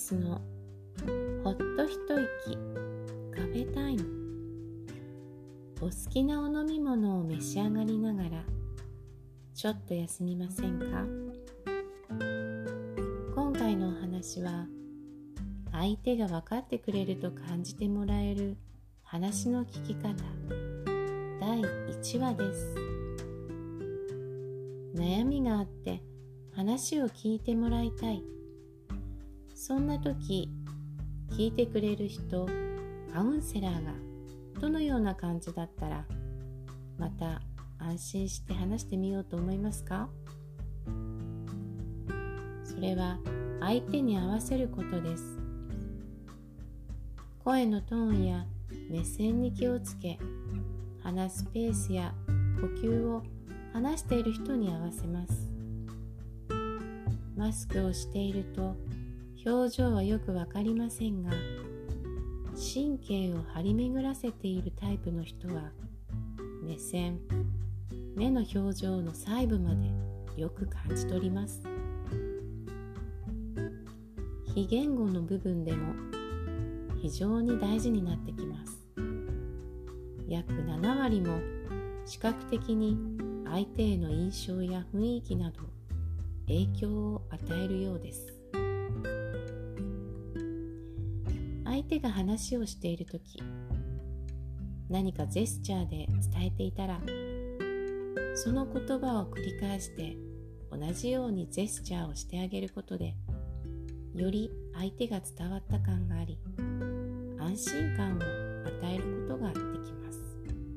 スのほっと一息カフェタイム。お好きなお飲み物を召し上がりながらちょっと休みませんか？今回のお話は、相手が分かってくれると感じてもらえる話の聞き方第1話です。悩みがあって話を聞いてもらいたい。そんな時、聞いてくれる人、カウンセラーがどのような感じだったら、また安心して話してみようと思いますか？それは相手に合わせることです。声のトーンや目線に気をつけ、話すペースや呼吸を話している人に合わせます。マスクをしていると表情はよくわかりませんが、神経を張り巡らせているタイプの人は、目線、目の表情の細部までよく感じ取ります。非言語の部分でも非常に大事になってきます。約7割も視覚的に相手への印象や雰囲気など影響を与えるようです。相手が話をしているとき、何かジェスチャーで伝えていたら、その言葉を繰り返して同じようにジェスチャーをしてあげることで、より相手が伝わった感があり、安心感を与えることができます。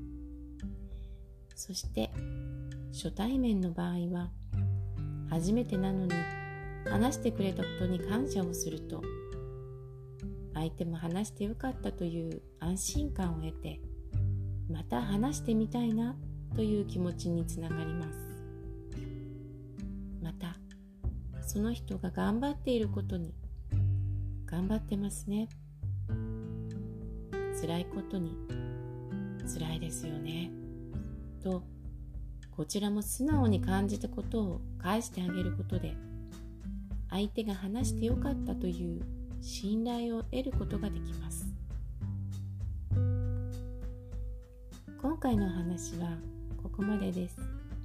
そして初対面の場合は、初めてなのに話してくれたことに感謝をすると、相手も話してよかったという安心感を得て、また話してみたいなという気持ちにつながります。また、その人が頑張っていることに、頑張ってますね、辛いことに、辛いですよねと、こちらも素直に感じたことを返してあげることで、相手が話してよかったという信頼を得ることができます。今回のお話はここまでです。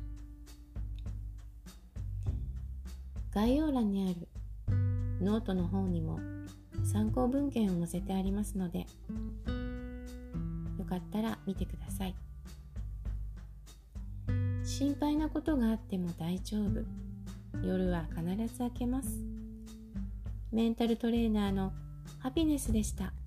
概要欄にあるノートの方にも参考文献を載せてありますので、よかったら見てください。心配なことがあっても大丈夫。夜は必ず明けます。メンタルトレーナーのハピネスでした。